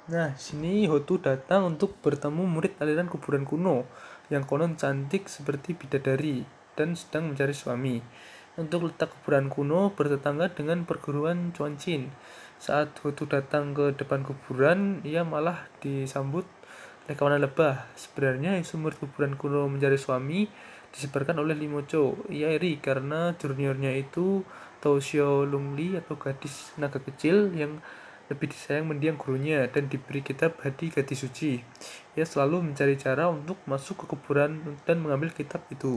Nah, sini Hotu datang untuk bertemu murid aliran kuburan kuno yang konon cantik seperti bidadari dan sedang mencari suami. Untuk letak kuburan kuno bertetangga dengan perguruan Chuanchin. Saat Hotu datang ke depan kuburan, ia malah disambut oleh kawanan lebah. Sebenarnya isu murid kuburan kuno mencari suami disebarkan oleh Limocho. Ia iri karena juniornya itu Toshio Lungli atau gadis naga kecil yang lebih disayang mendiang gurunya dan diberi kitab hadi gadis suci. Ia selalu mencari cara untuk masuk ke kuburan dan mengambil kitab itu.